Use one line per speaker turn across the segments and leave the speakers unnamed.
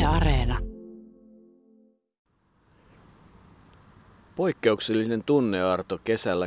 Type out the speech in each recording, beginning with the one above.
Areena.
Poikkeuksellinen tunnearto kesällä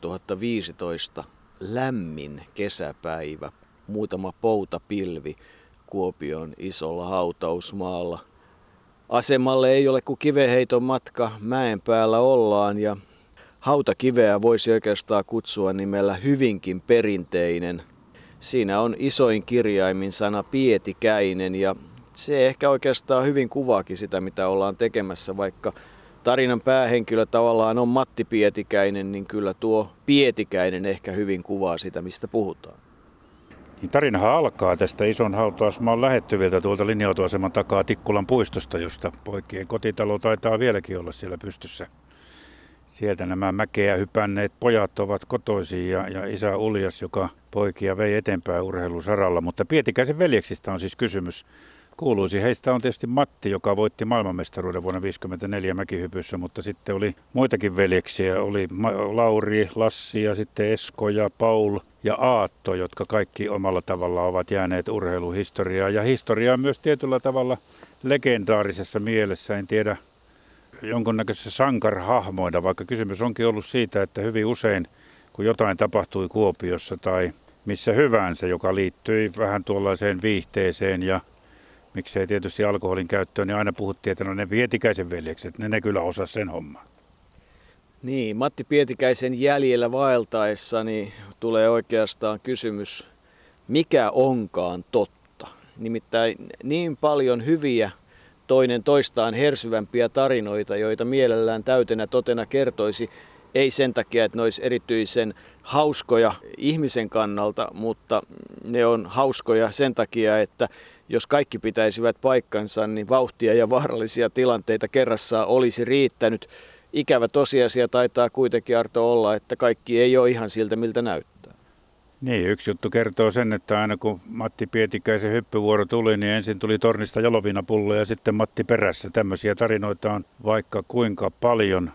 2015. Lämmin kesäpäivä. Muutama poutapilvi Kuopion isolla hautausmaalla. Asemalle ei ole kuin kivenheiton matka, mäen päällä ollaan ja hautakiveä voisi oikeastaan kutsua nimellä hyvinkin perinteinen. Siinä on isoin kirjaimin sana Pietikäinen ja se ehkä oikeastaan hyvin kuvaakin sitä, mitä ollaan tekemässä, vaikka tarinan päähenkilö tavallaan on Matti Pietikäinen, niin kyllä tuo Pietikäinen ehkä hyvin kuvaa sitä, mistä puhutaan.
Niin tarinahan alkaa tästä ison hautausmaan lähettyviltä tuolta linja-autoaseman takaa Tikkulan puistosta, josta poikien kotitalo taitaa vieläkin olla siellä pystyssä. Sieltä nämä mäkeä hypänneet pojat ovat kotoisin ja isä Uljas, joka poikia vei eteenpäin urheilusaralla. Mutta Pietikäisen veljeksistä on siis kysymys. Kuuluisi heistä on tietysti Matti, joka voitti maailmanmestaruuden vuonna 1954 mäkihypyssä, mutta sitten oli muitakin veljeksiä. Oli Lauri, Lassi ja sitten Esko ja Paul ja Aatto, jotka kaikki omalla tavalla ovat jääneet urheiluhistoriaan. Ja historiaa myös tietyllä tavalla legendaarisessa mielessä, en tiedä jonkunnäköisessä sankarhahmoina, vaikka kysymys onkin ollut siitä, että hyvin usein kun jotain tapahtui Kuopiossa tai missä hyvänsä, joka liittyi vähän tuollaiseen viihteeseen ja miksei tietysti alkoholin käyttöön, niin aina puhuttiin, että no ne Pietikäisen veljekset, ne kyllä osaa sen homman.
Niin, Matti Pietikäisen jäljellä vaeltaessa niin tulee oikeastaan kysymys, mikä onkaan totta. Nimittäin niin paljon hyviä, toinen toistaan hersyvämpiä tarinoita, joita mielellään täytenä totena kertoisi, ei sen takia, että ne olisi erityisen hauskoja ihmisen kannalta, mutta ne on hauskoja sen takia, että jos kaikki pitäisivät paikkansa, niin vauhtia ja vaarallisia tilanteita kerrassaan olisi riittänyt. Ikävä tosiasia taitaa kuitenkin, Arto, olla, että kaikki ei ole ihan siltä, miltä näyttää.
Niin, yksi juttu kertoo sen, että aina kun Matti Pietikäisen hyppyvuoro tuli, niin ensin tuli tornista jaloviinapullo ja sitten Matti perässä. Tämmöisiä tarinoita on vaikka kuinka paljon.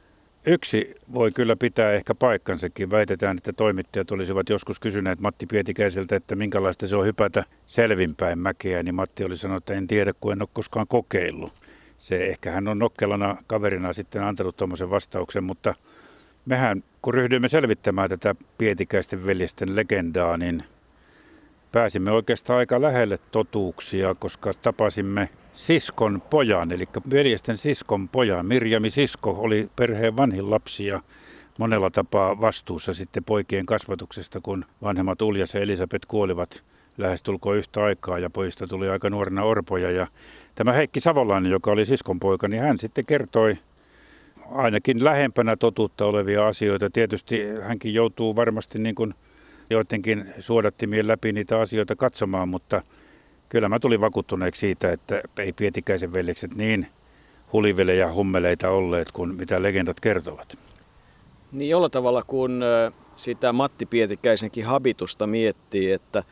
Yksi voi kyllä pitää ehkä paikkansakin. Väitetään, että toimittajat olisivat joskus kysyneet Matti Pietikäiseltä, että minkälaista se on hypätä selvinpäin mäkeä, niin Matti oli sanonut, että en tiedä, kun en ole koskaan kokeillut. Ehkä hän on nokkelana kaverina sitten antanut tuommoisen vastauksen, mutta mehän kun ryhdyimme selvittämään tätä Pietikäisten veljesten legendaa, niin pääsimme oikeastaan aika lähelle totuuksia, koska tapasimme siskon pojan, eli veljesten siskon pojan. Mirjami Sisko oli perheen vanhin lapsi ja monella tapaa vastuussa sitten poikien kasvatuksesta, kun vanhemmat Uljas ja Elisabeth kuolivat lähestulkoon yhtä aikaa ja pojista tuli aika nuorena orpoja. Ja tämä Heikki Savolainen, joka oli siskon poika, niin hän sitten kertoi ainakin lähempänä totuutta olevia asioita. Tietysti hänkin joutuu varmasti niin kuin joidenkin suodattimien läpi niitä asioita katsomaan, mutta kyllä mä tulin vakuuttuneeksi siitä, että ei Pietikäisen veljekset niin hulivelejä hummeleita olleet kuin mitä legendat kertovat.
Niin jolla tavalla kun sitä Matti Pietikäisenkin habitusta miettii, että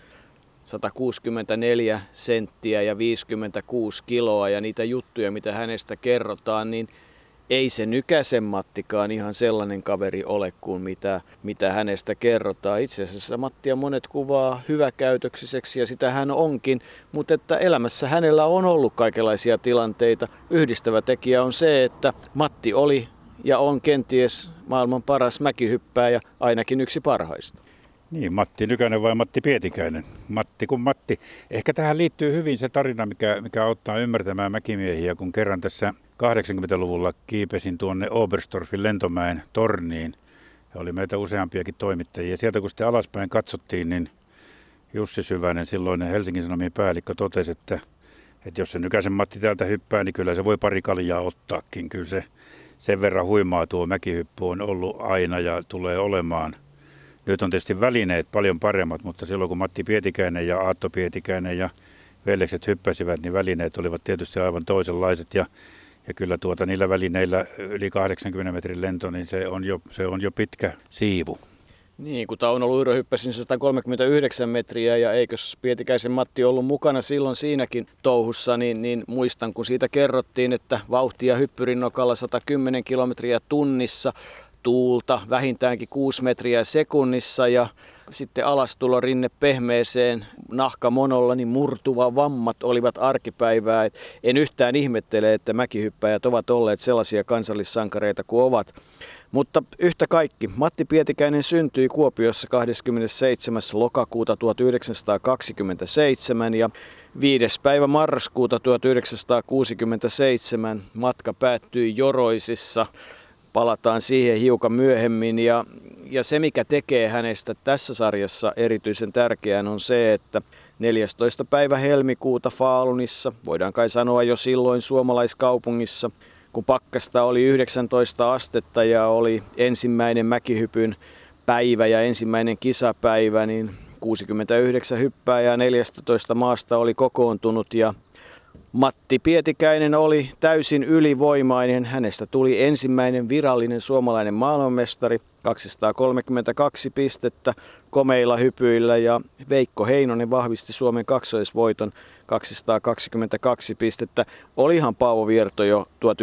164 senttiä ja 56 kiloa ja niitä juttuja, mitä hänestä kerrotaan, niin ei se Nykäsen Mattikaan ihan sellainen kaveri ole kuin mitä hänestä kerrotaan. Itse asiassa Mattia monet kuvaa hyväkäytöksiseksi ja sitä hän onkin, mutta että elämässä hänellä on ollut kaikenlaisia tilanteita. Yhdistävä tekijä on se, että Matti oli ja on kenties maailman paras mäkihyppääjä, ainakin yksi parhaista.
Niin, Matti Nykänen vai Matti Pietikäinen? Matti kuin Matti. Ehkä tähän liittyy hyvin se tarina, mikä auttaa ymmärtämään mäkimiehiä, kun kerran tässä 80-luvulla kiipesin tuonne Oberstdorfin lentomäen torniin. Ja oli meitä useampiakin toimittajia. Sieltä kun sitten alaspäin katsottiin, niin Jussi Syvänen, silloinen Helsingin Sanomien päällikkö, totesi, että jos se Nykäsen Matti täältä hyppää, niin kyllä se voi pari kaljaa ottaakin. Kyllä se sen verran huimaa tuo mäkihyppy on ollut aina ja tulee olemaan. Nyt on tietysti välineet paljon paremmat, mutta silloin kun Matti Pietikäinen ja Aatto Pietikäinen ja veljekset hyppäsivät, niin välineet olivat tietysti aivan toisenlaiset. Ja kyllä niillä välineillä yli 80 metrin lento, niin se on jo pitkä siivu.
Niin, kun Tauno Luiro hyppäsi 139 metriä ja eikös Pietikäisen Matti ollut mukana silloin siinäkin touhussa, niin muistan kun siitä kerrottiin, että vauhtia hyppyrin nokalla 110 kilometriä tunnissa, tuulta vähintäänkin 6 metriä sekunnissa ja Sitten alastulo rinne pehmeeseen nahkamonolla, niin murtuva vammat olivat arkipäivää. En yhtään ihmettele, että mäkihyppäjät ovat olleet sellaisia kansallissankareita kuin ovat. Mutta yhtä kaikki, Matti Pietikäinen syntyi Kuopiossa 27. lokakuuta 1927 ja 5. päivä marraskuuta 1967 matka päättyi Joroisissa. Palataan siihen hiukan myöhemmin ja se mikä tekee hänestä tässä sarjassa erityisen tärkeän on se, että 14. päivä helmikuuta Falunissa, voidaan kai sanoa jo silloin suomalaiskaupungissa, kun pakkasta oli 19 astetta ja oli ensimmäinen mäkihypyn päivä ja ensimmäinen kisapäivä, niin 69 hyppääjää 14 maasta oli kokoontunut ja Matti Pietikäinen oli täysin ylivoimainen. Hänestä tuli ensimmäinen virallinen suomalainen maailmanmestari, 232 pistettä komeilla hypyillä ja Veikko Heinonen vahvisti Suomen kaksoisvoiton 222 pistettä. Olihan Paavo Vierto jo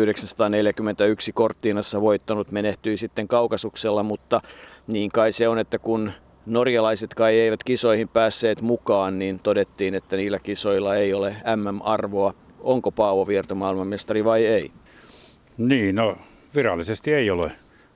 1941 Cortinassa voittanut, menehtyi sitten Kaukasuksella, mutta niin kai se on, että kun norjalaiset kai eivät kisoihin päässeet mukaan, niin todettiin, että niillä kisoilla ei ole MM-arvoa. Onko Paavo Vierto maailmanmestari vai ei?
Niin, no virallisesti ei ole,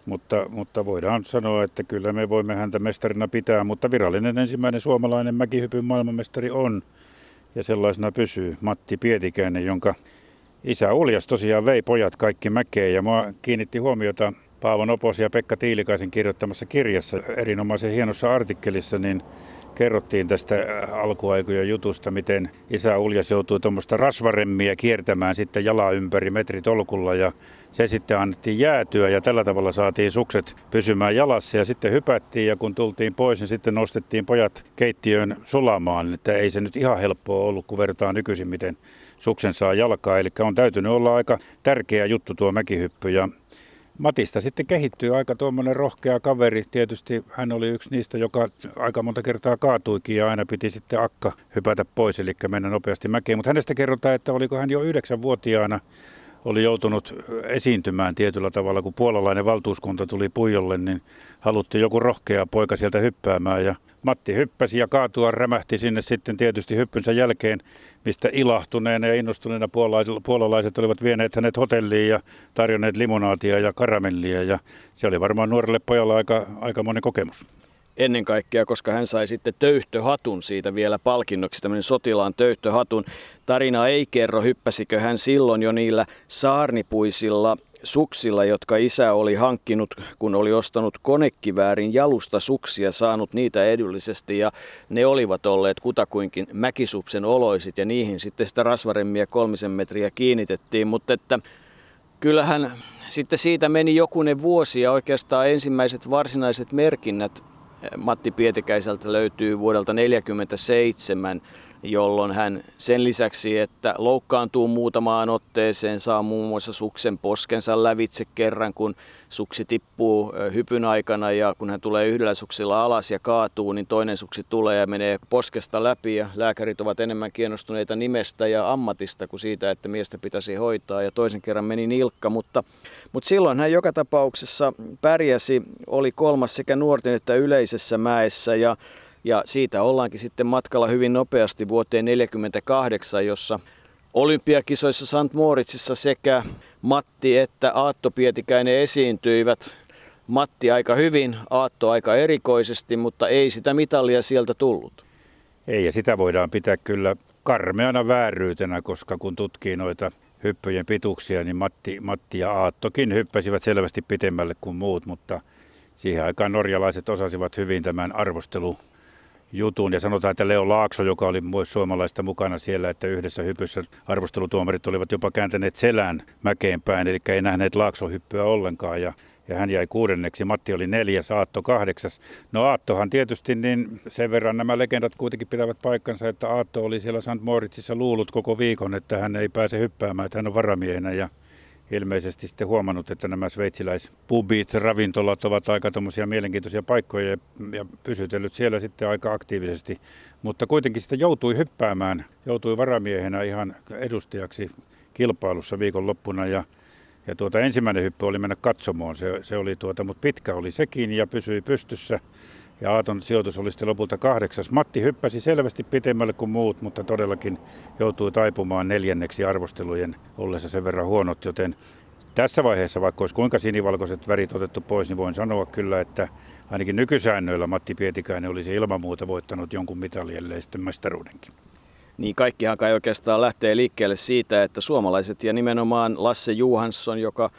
mutta voidaan sanoa, että kyllä me voimme häntä mestarina pitää, mutta virallinen ensimmäinen suomalainen mäkihypyn maailmanmestari on ja sellaisena pysyy Matti Pietikäinen, jonka isä Uljas tosiaan vei pojat kaikki mäkeen ja mua kiinnitti huomiota Paavo Nopos ja Pekka Tiilikaisen kirjoittamassa kirjassa, erinomaisen hienossa artikkelissa, niin kerrottiin tästä alkuaikojen jutusta, miten isä Uljas joutui tuommoista rasvaremmiä kiertämään sitten jalan ympäri metritolkulla ja se sitten annettiin jäätyä ja tällä tavalla saatiin sukset pysymään jalassa ja sitten hypättiin ja kun tultiin pois, niin sitten nostettiin pojat keittiöön sulamaan, että ei se nyt ihan helppoa ollut, kun vertaa nykyisin, miten suksen saa jalkaa, eli on täytynyt olla aika tärkeä juttu tuo mäkihyppy ja Matista sitten kehittyy aika tuommoinen rohkea kaveri. Tietysti hän oli yksi niistä, joka aika monta kertaa kaatuikin ja aina piti sitten akka hypätä pois, eli mennä nopeasti mäkeen. Mutta hänestä kerrotaan, että oliko hän jo 9-vuotiaana oli joutunut esiintymään tietyllä tavalla, kun puolalainen valtuuskunta tuli Puijolle, niin haluttiin joku rohkea poika sieltä hyppäämään ja Matti hyppäsi ja kaatua rämähti sinne sitten tietysti hyppynsä jälkeen, mistä ilahtuneena ja innostuneena puolalaiset olivat vieneet hänet hotelliin ja tarjonneet limonaatia ja karamellia ja se oli varmaan nuorelle pojalle aika monen kokemus.
Ennen kaikkea, koska hän sai sitten töyhtöhatun siitä vielä palkinnoksi, tämmöinen sotilaan töyhtöhatun. Tarina ei kerro, hyppäsikö hän silloin jo niillä saarnipuisilla suksilla, jotka isä oli hankkinut, kun oli ostanut konekiväärin jalusta suksia, saanut niitä edullisesti ja ne olivat olleet kutakuinkin mäkisupsen oloisit ja niihin sitten sitä rasvaremmia 3 metriä kiinnitettiin, mutta että kyllähän sitten siitä meni jokunen vuosi ja oikeastaan ensimmäiset varsinaiset merkinnät Matti Pietikäiseltä löytyy vuodelta 1947, jolloin hän sen lisäksi, että loukkaantuu muutamaan otteeseen, saa muun muassa suksen poskensa lävitse kerran, kun suksi tippuu hypyn aikana ja kun hän tulee yhdellä suksilla alas ja kaatuu, niin toinen suksi tulee ja menee poskesta läpi ja lääkärit ovat enemmän kiinnostuneita nimestä ja ammatista kuin siitä, että miestä pitäisi hoitaa ja toisen kerran meni nilkka, mutta silloin hän joka tapauksessa pärjäsi, oli 3. sekä nuorten että yleisessä mäessä ja siitä ollaankin sitten matkalla hyvin nopeasti vuoteen 1948, jossa olympiakisoissa St. Moritzissa sekä Matti että Aatto Pietikäinen esiintyivät. Matti aika hyvin, Aatto aika erikoisesti, mutta ei sitä mitalia sieltä tullut.
Ei, ja sitä voidaan pitää kyllä karmeana vääryytenä, koska kun tutkii noita hyppyjen pituuksia, niin Matti ja Aattokin hyppäsivät selvästi pitemmälle kuin muut, mutta siihen aikaan norjalaiset osasivat hyvin tämän arvostelujutun ja sanotaan, että Leo Laakso, joka oli myös suomalaista mukana siellä, että yhdessä hypyssä arvostelutuomarit olivat jopa kääntäneet selän mäkeen päin, eli ei nähneet Laakson hyppyä ollenkaan ja hän jäi 6. Matti oli 4, Aatto 8. No Aattohan tietysti, niin sen verran nämä legendat kuitenkin pitävät paikkansa, että Aatto oli siellä St. Moritzissa luullut koko viikon, että hän ei pääse hyppäämään, että hän on varamiehenä ja ilmeisesti sitten huomannut, että nämä sveitsiläispubit, ravintolat ovat aika tommosia mielenkiintoisia paikkoja ja pysytellyt siellä sitten aika aktiivisesti. Mutta kuitenkin sitten joutui hyppäämään, joutui varamiehenä ihan edustajaksi kilpailussa viikonloppuna ja ensimmäinen hyppy oli mennä katsomoon, se oli mutta pitkä oli sekin ja pysyi pystyssä. ja Aaton sijoitus oli sitten lopulta 8. Matti hyppäsi selvästi pitemmälle kuin muut, mutta todellakin joutui taipumaan 4. arvostelujen ollessa sen verran huonot, joten tässä vaiheessa, vaikka olisi kuinka sinivalkoiset värit otettu pois, niin voin sanoa kyllä, että ainakin nykysäännöillä Matti Pietikäinen olisi ilman muuta voittanut jonkun mitalin, ellei sitten mestaruudenkin.
Niin kaikkihan kai oikeastaan lähtee liikkeelle siitä, että suomalaiset ja nimenomaan Lasse Johansson,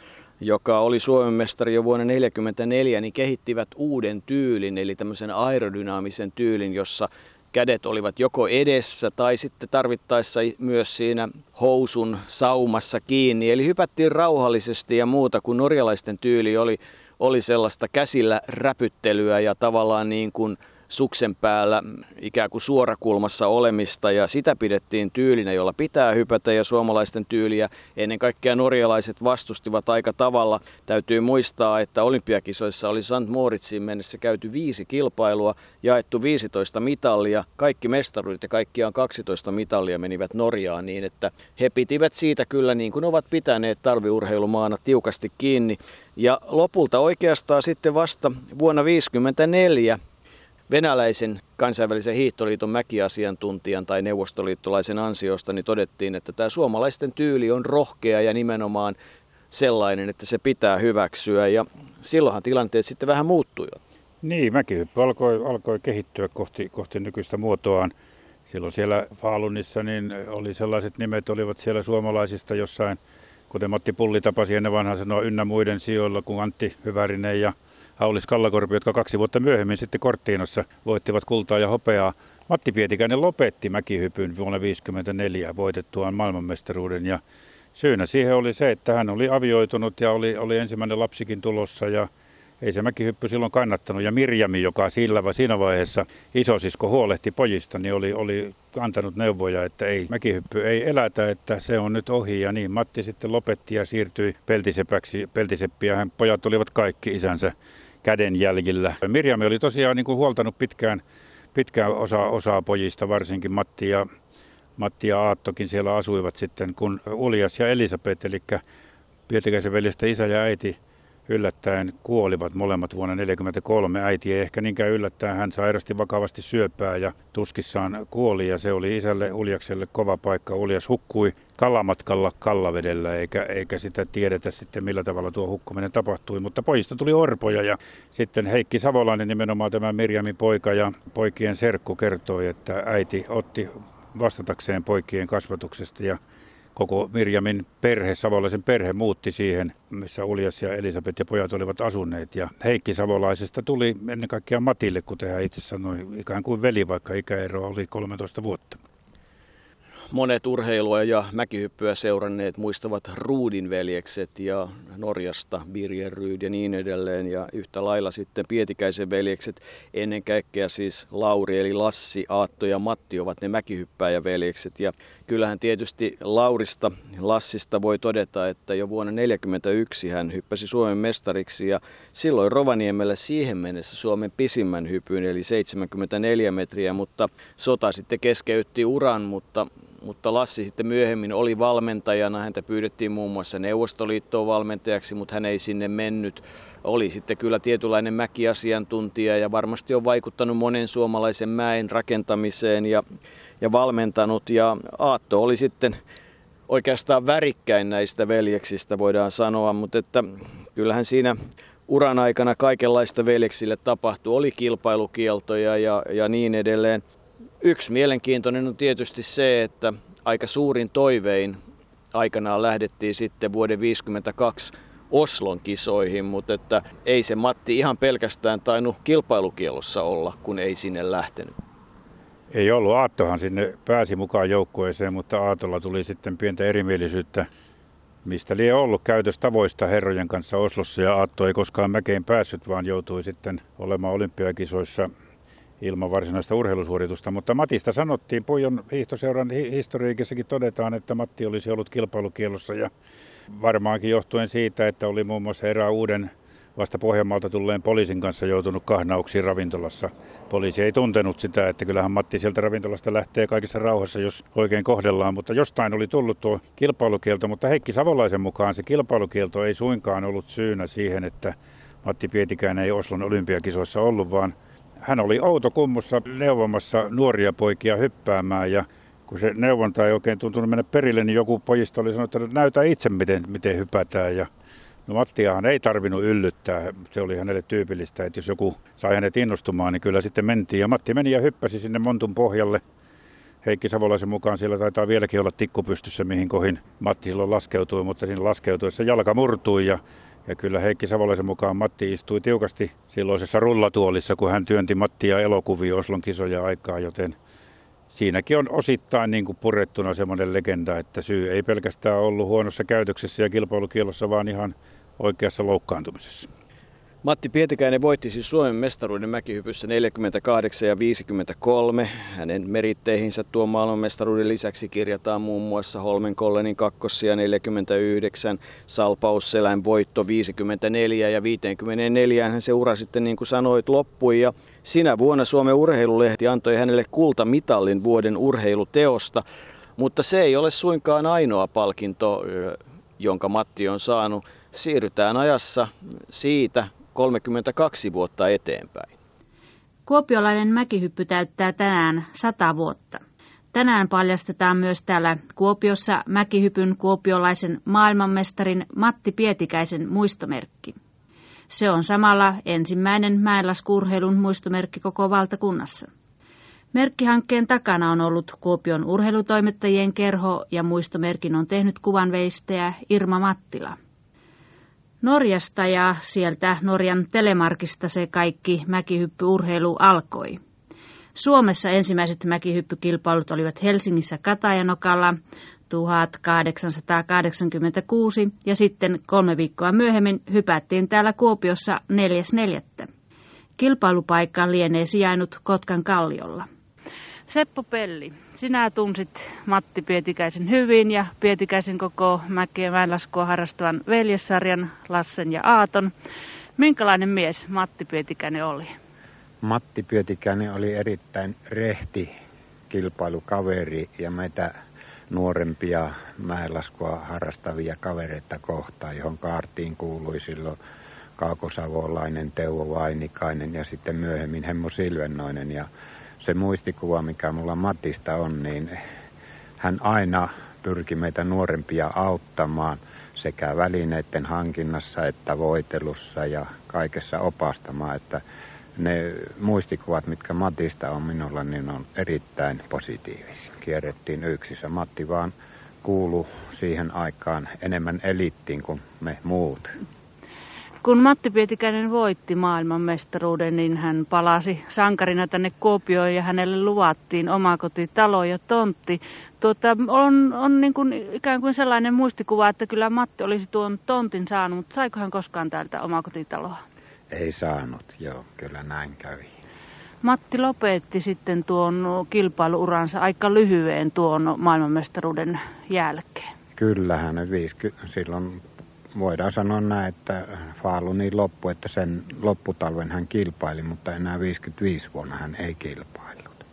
joka oli Suomen mestari jo vuonna 1944, niin kehittivät uuden tyylin, eli tämmöisen aerodynaamisen tyylin, jossa kädet olivat joko edessä tai sitten tarvittaessa myös siinä housun saumassa kiinni. Eli hypättiin rauhallisesti ja muuta, kun norjalaisten tyyli oli sellaista käsillä räpyttelyä ja tavallaan niin kuin suksen päällä ikään kuin suorakulmassa olemista, ja sitä pidettiin tyylinä, jolla pitää hypätä, ja suomalaisten tyyliä ennen kaikkea norjalaiset vastustivat aika tavalla. Täytyy muistaa, että olympiakisoissa oli St. Moritsiin mennessä käyty 5 kilpailua, jaettu 15 mitallia, kaikki mestaruudet ja kaikkiaan 12 mitallia menivät Norjaan, niin että he pitivät siitä kyllä niin kuin ovat pitäneet talviurheilumaana tiukasti kiinni. Ja lopulta oikeastaan sitten vasta vuonna 1954 venäläisen kansainvälisen hiihtoliiton mäkiasiantuntijan tai neuvostoliittolaisen ansiosta niin todettiin, että tämä suomalaisten tyyli on rohkea ja nimenomaan sellainen, että se pitää hyväksyä, ja silloinhan tilanteet sitten vähän muuttuivat.
Niin, mäkihyppy alkoi kehittyä kohti nykyistä muotoaan. Silloin siellä Falunissa niin oli sellaiset nimet, olivat siellä suomalaisista jossain, kuten Matti Pulli tapasi ennen vanhaa sanoa, ynnä muiden sijoilla kuin Antti Hyvärinen ja Aulis Kallakorpi, jotka 2 vuotta myöhemmin sitten Cortinassa voittivat kultaa ja hopeaa. Matti Pietikäinen lopetti mäkihypyn vuonna 1954 voitettuaan maailmanmestaruuden, ja syynä siihen oli se, että hän oli avioitunut ja oli ensimmäinen lapsikin tulossa, ja ei se mäkihyppy silloin kannattanut. Ja Mirjami, joka siinä vaiheessa isosisko huolehti pojista, niin oli antanut neuvoja, että ei, mäkihyppy ei elätä, että se on nyt ohi. Ja niin Matti sitten lopetti ja siirtyi peltiseppi, ja pojat olivat kaikki isänsä kädenjäljillä. Mirjami oli tosiaan niin kuin huoltanut pitkään osaa pojista, varsinkin Matti ja Aattokin siellä asuivat sitten, kun Uljas ja Elisabeth, eli Pietikäisen veljestä isä ja äiti, yllättäen kuolivat molemmat vuonna 1943. Äiti ei ehkä niinkään yllättäen, hän sairasti vakavasti syöpää ja tuskissaan kuoli, ja se oli isälle Uljakselle kova paikka. Uljas hukkui kalamatkalla Kallavedellä, eikä sitä tiedetä sitten millä tavalla tuo hukkuminen tapahtui, mutta pojista tuli orpoja, ja sitten Heikki Savolainen, nimenomaan tämä Mirjamin poika ja poikien serkku, kertoi, että äiti otti vastatakseen poikien kasvatuksesta, ja koko Mirjamin perhe, savolaisen perhe, muutti siihen, missä Uljas ja Elisabeth ja pojat olivat asuneet. Ja Heikki Savolaisesta tuli ennen kaikkea Matille, kuten hän itse sanoi, ikään kuin veli, vaikka ikäero oli 13 vuotta.
Monet urheilua ja mäkihyppyä seuranneet muistavat Ruudin veljekset ja Norjasta Birger Ryd ja niin edelleen, ja yhtä lailla sitten Pietikäisen veljekset, ennen kaikkea siis Lauri eli Lassi, Aatto ja Matti ovat ne mäkihyppääjäveljekset, ja kyllähän tietysti Lassista voi todeta, että jo vuonna 1941 hän hyppäsi Suomen mestariksi, ja silloin Rovaniemellä siihen mennessä Suomen pisimmän hypyn eli 74 metriä, mutta sota sitten keskeytti uran, mutta Lassi sitten myöhemmin oli valmentajana. Häntä pyydettiin muun muassa Neuvostoliittoon valmentajaksi, mutta hän ei sinne mennyt. Oli sitten kyllä tietynlainen mäkiasiantuntija ja varmasti on vaikuttanut monen suomalaisen mäen rakentamiseen ja valmentanut. Ja Aatto oli sitten oikeastaan värikkäin näistä veljeksistä, voidaan sanoa, mutta että kyllähän siinä uran aikana kaikenlaista veljeksille tapahtui. Oli kilpailukieltoja ja niin edelleen. Yksi mielenkiintoinen on tietysti se, että aika suurin toivein aikanaan lähdettiin sitten vuoden 1952 Oslon kisoihin, mutta että ei se Matti ihan pelkästään tainnut kilpailukielossa olla, kun ei sinne lähtenyt.
Ei ollut. Aattohan sinne pääsi mukaan joukkueeseen, mutta Aatolla tuli sitten pientä erimielisyyttä, mistä lie ollut käytöstavoista herrojen kanssa Oslossa, ja Aatto ei koskaan mäkeen päässyt, vaan joutui sitten olemaan olympiakisoissa ilman varsinaista urheilusuoritusta. Mutta Matista sanottiin, Puijon hiihtoseuran historiikissakin todetaan, että Matti olisi ollut kilpailukielossa, ja varmaankin johtuen siitä, että oli muun muassa erään uuden vasta Pohjanmaalta tulleen poliisin kanssa joutunut kahnauksiin ravintolassa. Poliisi ei tuntenut sitä, että kyllähän Matti sieltä ravintolasta lähtee kaikessa rauhassa, jos oikein kohdellaan, mutta jostain oli tullut tuo kilpailukielto, mutta Heikki Savolaisen mukaan se kilpailukielto ei suinkaan ollut syynä siihen, että Matti Pietikäinen ei Oslon olympiakisoissa ollut, vaan hän oli Outokummussa neuvomassa nuoria poikia hyppäämään ja kun se neuvonta ei oikein tuntunut mennä perille, niin joku pojista oli sanonut, että näytä itse miten hypätään. Ja no Mattiahan ei tarvinnut yllyttää, se oli hänelle tyypillistä, että jos joku sai hänet innostumaan, niin kyllä sitten mentiin. Ja Matti meni ja hyppäsi sinne montun pohjalle. Heikki Savolaisen mukaan siellä taitaa vieläkin olla tikku pystyssä, mihin kohin Matti silloin laskeutui, mutta siinä laskeutuessa jalka murtui ja kyllä Heikki Savolaisen mukaan Matti istui tiukasti silloisessa rullatuolissa, kun hän työnti Mattia elokuvia Oslon kisoja aikaa, joten siinäkin on osittain niin kuin purettuna semmoinen legenda, että syy ei pelkästään ollut huonossa käytöksessä ja kilpailukielossa, vaan ihan oikeassa loukkaantumisessa.
Matti Pietikäinen voitti siis Suomen mestaruuden mäkihypyssä 48 ja 53. Hänen meritteihinsä tuon maailmanmestaruuden lisäksi kirjataan muun muassa Holmenkollenin kakkosia 49, Salpausselän voitto 54 ja 54 hän se ura sitten niin kuin sanoit loppui. Ja sinä vuonna Suomen Urheilulehti antoi hänelle kultamitalin vuoden urheiluteosta, mutta se ei ole suinkaan ainoa palkinto, jonka Matti on saanut. Siirrytään ajassa siitä 32 vuotta eteenpäin.
Kuopiolainen mäkihyppy täyttää tänään 100 vuotta. Tänään paljastetaan myös täällä Kuopiossa mäkihypyn kuopiolaisen maailmanmestarin Matti Pietikäisen muistomerkki. Se on samalla ensimmäinen mäenlasku-urheilun muistomerkki koko valtakunnassa. Merkkihankkeen takana on ollut Kuopion urheilutoimittajien kerho ja muistomerkin on tehnyt kuvanveistäjä Irma Mattila. Norjasta ja sieltä Norjan Telemarkista se kaikki mäkihyppyurheilu alkoi. Suomessa ensimmäiset mäkihyppykilpailut olivat Helsingissä Katajanokalla 1886 ja sitten 3 viikkoa myöhemmin hypättiin täällä Kuopiossa 4.4. Kilpailupaikka lienee sijainnut Kotkan kalliolla. Seppo Pelli, sinä tunsit Matti Pietikäisen hyvin ja Pietikäisen koko mäki- ja mäenlaskua harrastavan veljessarjan Lassen ja Aaton. Minkälainen mies Matti Pietikäinen oli?
Matti Pietikäinen oli erittäin rehti kilpailukaveri ja meitä nuorempia mäenlaskua harrastavia kavereita kohtaan, johon kaartiin kuului silloin kaakosavolainen Teuvo Vainikainen ja sitten myöhemmin Hemmo Silvennoinen. Ja se muistikuva, mikä mulla Matista on, niin hän aina pyrki meitä nuorempia auttamaan sekä välineiden hankinnassa että voitelussa ja kaikessa opastamaan, että ne muistikuvat, mitkä Matista on minulla, niin on erittäin positiivisia. Kierrettiin yksissä. Matti vaan kuului siihen aikaan enemmän eliittiin kuin me muut.
Kun Matti Pietikäinen voitti maailmanmestaruuden, niin hän palasi sankarina tänne Kuopioon ja hänelle luvattiin omakotitalo ja tontti. On niin kuin ikään kuin sellainen muistikuva, että kyllä Matti olisi tuon tontin saanut, mutta saiko hän koskaan täältä omakotitaloa?
Ei saanut, joo, kyllä näin kävi.
Matti lopetti sitten tuon kilpailuuransa aika lyhyen tuon maailmanmestaruuden jälkeen.
Kyllähän ne silloin voidaan sanoa näin, että Faalu niin loppui, että sen lopputalven hän kilpaili, mutta enää 55 vuonna hän ei kilpaillut.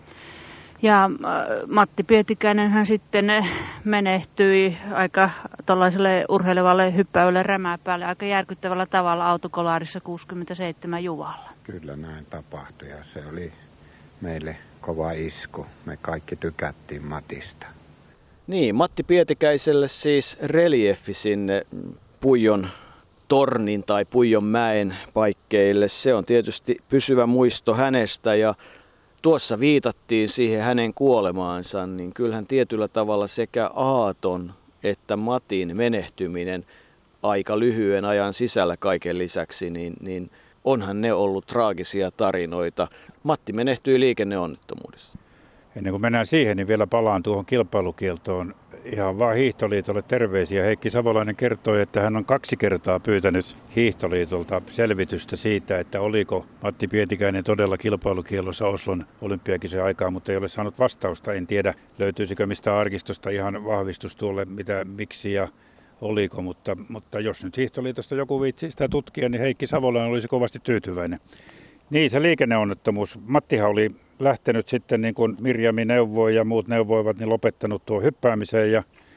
Ja Matti Pietikäinen hän sitten menehtyi aika tuollaiselle urheilevalle hyppäävälle rämäpäälle aika järkyttävällä tavalla autokolaarissa 67 Juvalla.
Kyllä näin tapahtui ja se oli meille kova isku. Me kaikki tykättiin Matista.
Niin, Matti Pietikäiselle siis reliefi sinne Puijon tornin tai Puijon mäen paikkeille. Se on tietysti pysyvä muisto hänestä ja tuossa viitattiin siihen hänen kuolemaansa, niin kyllähän tietyllä tavalla sekä Aaton että Matin menehtyminen aika lyhyen ajan sisällä kaiken lisäksi, niin onhan ne ollut traagisia tarinoita. Matti menehtyi liikenneonnettomuudessa.
Ennen kuin mennään siihen, niin vielä palaan tuohon kilpailukieltoon. Ihan vaan Hiihtoliitolle terveisiä. Heikki Savolainen kertoi, että hän on 2 kertaa pyytänyt Hiihtoliitolta selvitystä siitä, että oliko Matti Pietikäinen todella kilpailukiellossa Oslon olympiakisojen aikaa, mutta ei ole saanut vastausta. En tiedä, löytyisikö mistä arkistosta ihan vahvistus tuolle, miksi ja oliko, mutta jos nyt Hiihtoliitosta joku viitsii sitä tutkia, niin Heikki Savolainen olisi kovasti tyytyväinen. Niin, se liikenneonnettomuus. Mattihan oli lähtenyt sitten, niin kuin Mirjami neuvoi ja muut neuvoivat, niin lopettanut tuo hyppäämiseen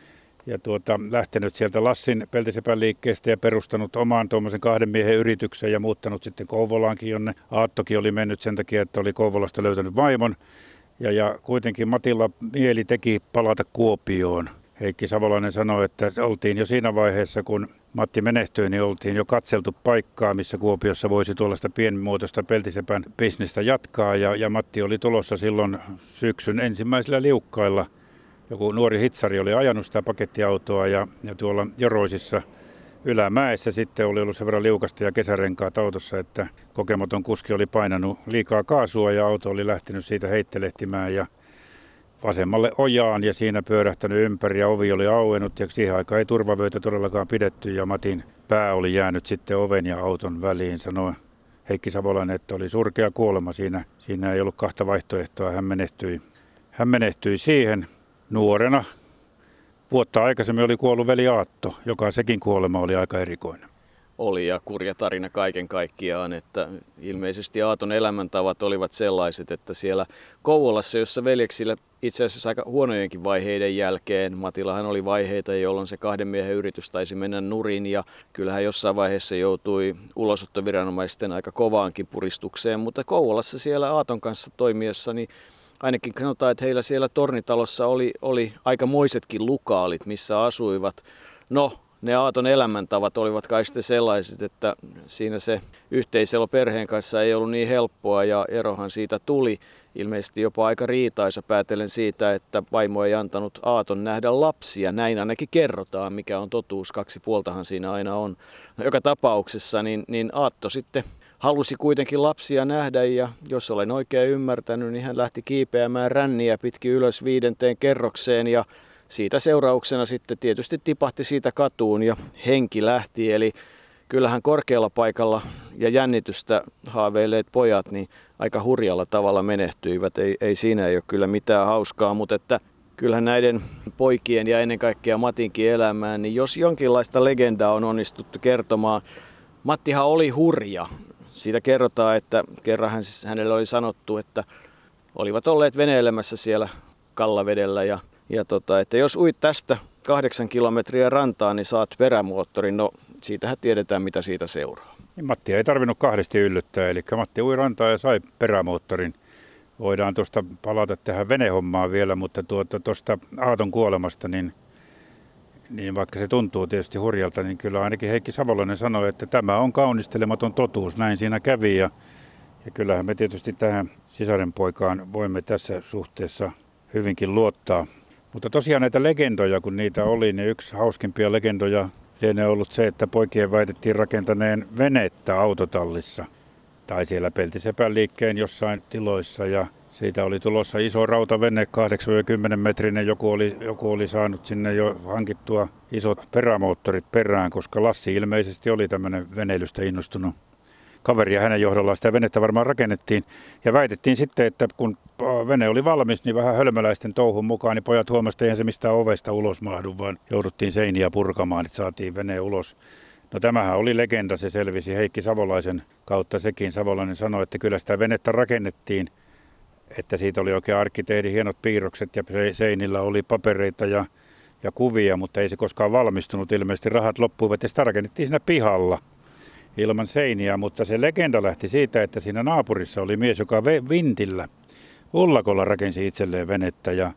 ja lähtenyt sieltä Lassin Peltisepän liikkeestä ja perustanut omaan tuommoisen 2 miehen yrityksen ja muuttanut sitten Kouvolaankin, jonne Aattokin oli mennyt sen takia, että oli Kouvolasta löytänyt vaimon. Ja kuitenkin Matilla mieli teki palata Kuopioon. Heikki Savolainen sanoi, että oltiin jo siinä vaiheessa, kun Matti menehtyi, niin oltiin jo katseltu paikkaa, missä Kuopiossa voisi tuollaista pienimuotoista Peltisepän bisnestä jatkaa. Ja Matti oli tulossa silloin syksyn ensimmäisillä liukkailla. Joku nuori hitsari oli ajanut sitä pakettiautoa ja tuolla Joroisissa Ylämäessä sitten oli ollut sen verran liukasta ja kesärenkaat autossa, että kokematon kuski oli painanut liikaa kaasua ja auto oli lähtenyt siitä heittelehtimään ja vasemmalle ojaan ja siinä pyörähtänyt ympäri ja ovi oli auennut ja siihen aikaan ei turvavöitä todellakaan pidetty ja Matin pää oli jäänyt sitten oven ja auton väliin, sanoi Heikki Savolainen, että oli surkea kuolema siinä. Siinä ei ollut kahta vaihtoehtoa, hän menehtyi siihen nuorena. Vuotta aikaisemmin oli kuollut veli Aatto, joka sekin kuolema oli aika erikoinen.
Oli ja kurja tarina kaiken kaikkiaan, että ilmeisesti Aaton elämäntavat olivat sellaiset, että siellä Kouvolassa, jossa veljeksillä itse asiassa aika huonojenkin vaiheiden jälkeen, Matillahan oli vaiheita, jolloin se 2 miehen yritys taisi mennä nurin ja kyllähän jossain vaiheessa joutui ulosottoviranomaisten aika kovaankin puristukseen, mutta Kouvolassa siellä Aaton kanssa toimiessa, niin ainakin sanotaan, että heillä siellä tornitalossa oli aikamoisetkin lukaalit, missä asuivat. No, ne Aaton elämäntavat olivat kai sitten sellaiset, että siinä se yhteiselo perheen kanssa ei ollut niin helppoa ja erohan siitä tuli. Ilmeisesti jopa aika riitaisa päätellen siitä, että vaimo ei antanut Aaton nähdä lapsia. Näin ainakin kerrotaan, mikä on totuus. 2 puoltahan siinä aina on. No, joka tapauksessa niin Aatto sitten halusi kuitenkin lapsia nähdä ja jos olen oikein ymmärtänyt, niin hän lähti kiipeämään ränniä pitkin ylös 5. kerrokseen ja siitä seurauksena sitten tietysti tipahti siitä katuun ja henki lähti. Eli kyllähän korkealla paikalla ja jännitystä haaveilleet pojat niin aika hurjalla tavalla menehtyivät. Ei siinä ei ole kyllä mitään hauskaa, mutta että kyllähän näiden poikien ja ennen kaikkea Matinkin elämään, niin jos jonkinlaista legendaa on onnistuttu kertomaan, Mattihan oli hurja. Siitä kerrotaan, että kerran hänelle oli sanottu, että olivat olleet veneilemässä siellä Kallavedellä ja että jos uit tästä 8 kilometriä rantaan, niin saat perämoottorin. No siitähän tiedetään, mitä siitä seuraa.
Matti ei tarvinnut 2 yllyttää, eli Matti ui rantaan ja sai perämoottorin. Voidaan tuosta palata tähän venehommaan vielä, mutta tuosta Aaton kuolemasta, niin vaikka se tuntuu tietysti hurjalta, niin kyllä ainakin Heikki Savolainen sanoi, että tämä on kaunistelematon totuus. Näin siinä kävi ja kyllähän me tietysti tähän sisarenpoikaan voimme tässä suhteessa hyvinkin luottaa. Mutta tosiaan näitä legendoja, kun niitä oli, niin yksi hauskimpia legendoja lienee ollut se, että poikien väitettiin rakentaneen venettä autotallissa tai siellä Peltisepän liikkeen jossain tiloissa ja siitä oli tulossa iso rautavene, 8-10 metrinen. Joku oli saanut sinne jo hankittua isot perämoottorit perään, koska Lassi ilmeisesti oli tämmöinen veneilystä innostunut kaveri ja hänen johdollaan sitä venettä varmaan rakennettiin. Ja väitettiin sitten, että kun vene oli valmis, niin vähän hölmöläisten touhun mukaan, niin pojat huomasivat, että eihän se mistään ovesta ulos mahdu, vaan jouduttiin seiniä purkamaan, että saatiin vene ulos. No tämähän oli legenda, se selvisi Heikki Savolaisen kautta sekin. Savolainen sanoi, että kyllä sitä venettä rakennettiin, että siitä oli oikein arkkitehdin hienot piirrokset ja seinillä oli papereita ja kuvia, mutta ei se koskaan valmistunut. Ilmeisesti rahat loppuivat ja sitä rakennettiin siinä pihalla ilman seiniä, mutta se legenda lähti siitä, että siinä naapurissa oli mies, joka vintillä ullakolla rakensi itselleen venettä ja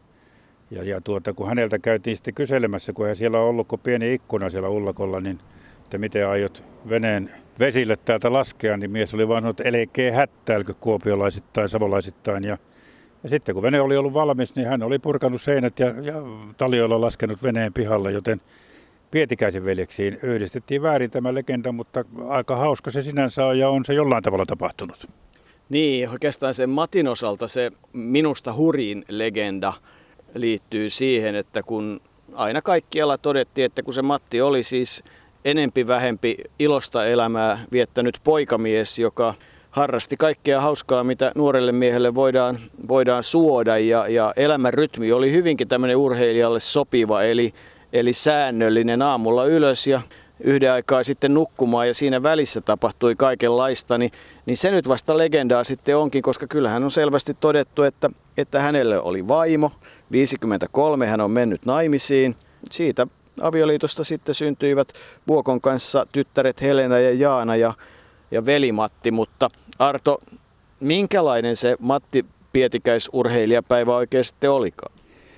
kun häneltä käytiin sitten kyselemässä, kun ei siellä ollut kuin pieni ikkuna siellä ullakolla, niin että miten aiot veneen vesille täältä laskea, niin mies oli vaan sanonut, että älkää hättäilkö kuopiolaisittain, savolaisittain. Ja sitten kun vene oli ollut valmis, niin hän oli purkanut seinät ja taljoilla laskenut veneen pihalle, joten Pietikäisen veljeksiin yhdistettiin väärin tämä legenda, mutta aika hauska se sinänsä on ja on se jollain tavalla tapahtunut.
Niin, oikeastaan sen Matin osalta se minusta hurjin legenda liittyy siihen, että kun aina kaikkialla todettiin, että kun se Matti oli siis enempi vähempi ilosta elämää viettänyt poikamies, joka harrasti kaikkea hauskaa, mitä nuorelle miehelle voidaan suoda ja elämän rytmi oli hyvinkin tämmöinen urheilijalle sopiva, eli säännöllinen aamulla ylös ja yhden aikaa sitten nukkumaan ja siinä välissä tapahtui kaikenlaista, niin se nyt vasta legendaa sitten onkin, koska kyllähän on selvästi todettu, että hänelle oli vaimo, 53 hän on mennyt naimisiin. Siitä avioliitosta sitten syntyivät Vuokon kanssa tyttäret Helena ja Jaana ja veli Matti, mutta Arto, minkälainen se Matti Pietikäisurheilijapäivä oikein sitten olikaan?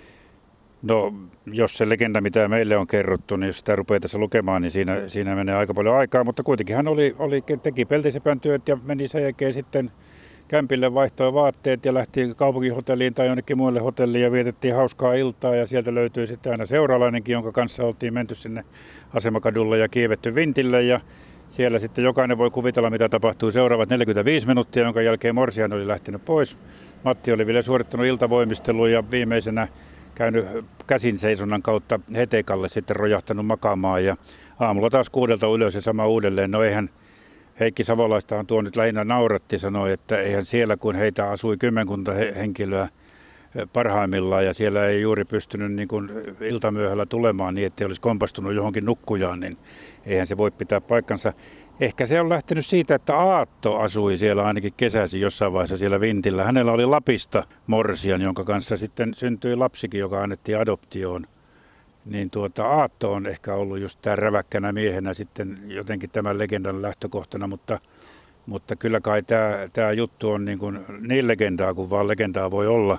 No, jos se legenda, mitä meille on kerrottu, niin jos sitä rupeaa tässä lukemaan, niin siinä menee aika paljon aikaa, mutta kuitenkin hän teki peltisepän työt ja meni sen jälkeen sitten kämpille, vaihtoi vaatteet ja lähti kaupunkihotelliin tai jonnekin muille hotelliin ja vietettiin hauskaa iltaa ja sieltä löytyi sitten aina seuralainenkin, jonka kanssa oltiin menty sinne Asemakadulle ja kiivetty vintille ja siellä sitten jokainen voi kuvitella, mitä tapahtui seuraavat 45 minuuttia, jonka jälkeen morsian oli lähtenyt pois. Matti oli vielä suorittanut iltavoimistelun ja viimeisenä käynyt käsinseisonnan kautta Hetekalle sitten rojahtanut makaamaan ja aamulla taas 6 ylös ja sama uudelleen. No eihän Heikki Savolaistahan tuo nyt lähinnä nauratti, sanoi, että eihän siellä kun heitä asui kymmenkunta henkilöä parhaimmillaan ja siellä ei juuri pystynyt niin kuin iltamyöhällä tulemaan niin, ettei olisi kompastunut johonkin nukkujaan, niin eihän se voi pitää paikkansa. Ehkä se on lähtenyt siitä, että Aatto asui siellä ainakin kesäisin jossain vaiheessa siellä vintillä. Hänellä oli Lapista morsian, jonka kanssa sitten syntyi lapsikin, joka annettiin adoptioon. Niin Aatto on ehkä ollut just tämä räväkkänä miehenä sitten jotenkin tämän legendan lähtökohtana, mutta kyllä kai tämä juttu on niin legendaa kuin vaan legendaa voi olla.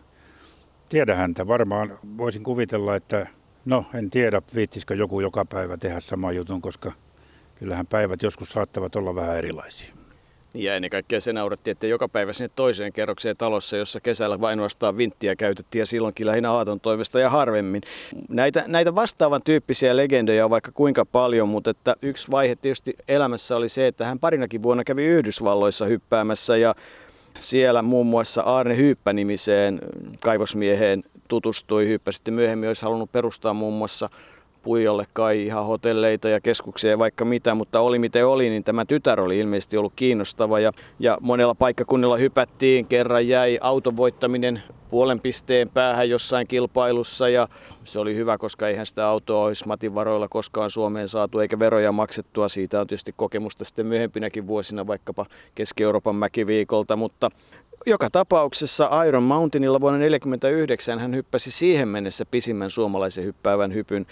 Tiedä häntä. Varmaan voisin kuvitella, että no en tiedä viitsisikö joku joka päivä tehdä saman jutun, koska kyllähän päivät joskus saattavat olla vähän erilaisia.
Ja ennen kaikkea se nauratti, että joka päivä sinne toiseen kerrokseen talossa, jossa kesällä vain vastaan vinttiä käytettiin ja silloinkin lähinnä Aaton toimesta ja harvemmin. Näitä vastaavan tyyppisiä legendoja on vaikka kuinka paljon, mutta että yksi vaihe tietysti elämässä oli se, että hän parinakin vuonna kävi Yhdysvalloissa hyppäämässä ja siellä muun muassa Aarne Hyyppä-nimiseen kaivosmieheen tutustui. Hyyppä sitten myöhemmin olisi halunnut perustaa muun muassa Puijolle kai ihan hotelleita ja keskuksia ja vaikka mitä, mutta oli miten oli, niin tämä tytär oli ilmeisesti ollut kiinnostava ja monella paikkakunnilla hypättiin. Kerran jäi auton voittaminen 0,5 pisteen päähän jossain kilpailussa ja se oli hyvä, koska eihän sitä autoa olisi Matin varoilla koskaan Suomeen saatu eikä veroja maksettua. Siitä on tietysti kokemusta sitten myöhempinäkin vuosina vaikkapa Keski-Euroopan mäkiviikolta, mutta joka tapauksessa Iron Mountainilla vuonna 1949 hän hyppäsi siihen mennessä pisimmän suomalaisen hyppäävän hypyn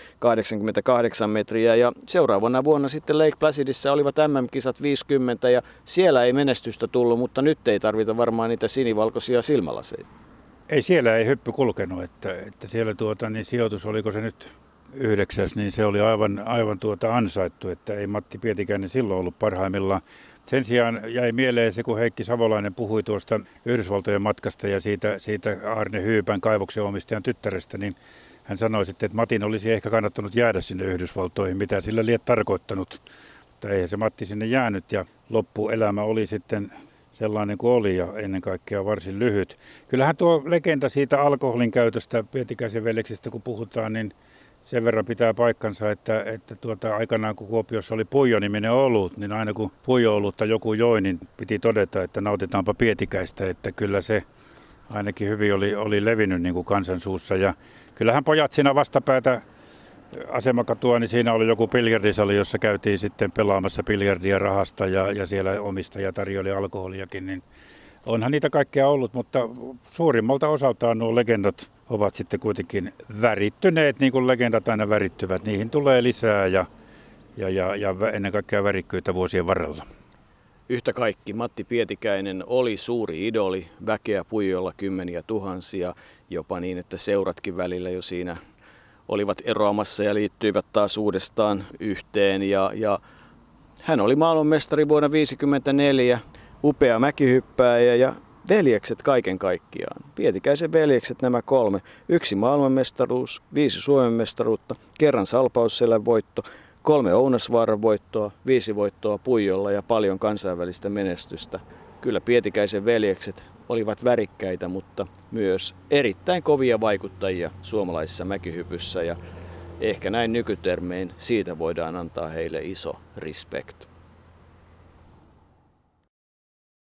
88 metriä ja seuraavana vuonna sitten Lake Placidissa olivat MM-kisat 50 ja siellä ei menestystä tullut, mutta nyt ei tarvita varmaan niitä sinivalkoisia silmälaseja.
Ei siellä ei hyppy kulkenut, että siellä niin sijoitus, oliko se nyt 9, niin se oli aivan ansaittu, että ei Matti Pietikäinen silloin ollut parhaimmillaan. Sen sijaan jäi mieleen se, kun Heikki Savolainen puhui tuosta Yhdysvaltojen matkasta ja siitä Aarne Hyypän kaivoksen omistajan tyttärestä, niin hän sanoi sitten, että Matin olisi ehkä kannattanut jäädä sinne Yhdysvaltoihin, mitä sillä liet tarkoittanut. Mutta eihän se Matti sinne jäänyt ja loppuelämä oli sitten sellainen kuin oli ja ennen kaikkea varsin lyhyt. Kyllähän tuo legenda siitä alkoholin käytöstä Pietikäisen veljeksistä, kun puhutaan, niin sen verran pitää paikkansa, että aikanaan kun Kuopiossa oli Puijo-niminen olut, niin aina kun Puijo-olutta joku joi, niin piti todeta, että nautitaanpa Pietikäistä, että kyllä se ainakin hyvin oli levinnyt niin kuin kansansuussa. Ja kyllähän pojat siinä vastapäätä Asemakatua, niin siinä oli joku biljardisali, jossa käytiin sitten pelaamassa biljardia rahasta ja siellä omistaja tarjoili alkoholiakin, niin onhan niitä kaikkea ollut, mutta suurimmalta osaltaan nuo legendat ovat sitten kuitenkin värittyneet, niin kuin legendat aina värittyvät. Niihin tulee lisää ja ennen kaikkea värikkyyttä vuosien varrella.
Yhtä kaikki Matti Pietikäinen oli suuri idoli, väkeä Puijolla kymmeniä tuhansia, jopa niin, että seuratkin välillä jo siinä olivat eroamassa ja liittyivät taas uudestaan yhteen. Ja hän oli maailmanmestari vuonna 1954, upea mäkihyppääjä ja veljekset kaiken kaikkiaan. Pietikäisen veljekset nämä 3. 1 maailmanmestaruus, 5 Suomen mestaruutta, kerran Salpausselän voitto, 3 Ounasvaaran voittoa, 5 voittoa Puijolla ja paljon kansainvälistä menestystä. Kyllä Pietikäisen veljekset olivat värikkäitä, mutta myös erittäin kovia vaikuttajia suomalaisessa mäkihypyssä ja ehkä näin nykytermein siitä voidaan antaa heille iso respect.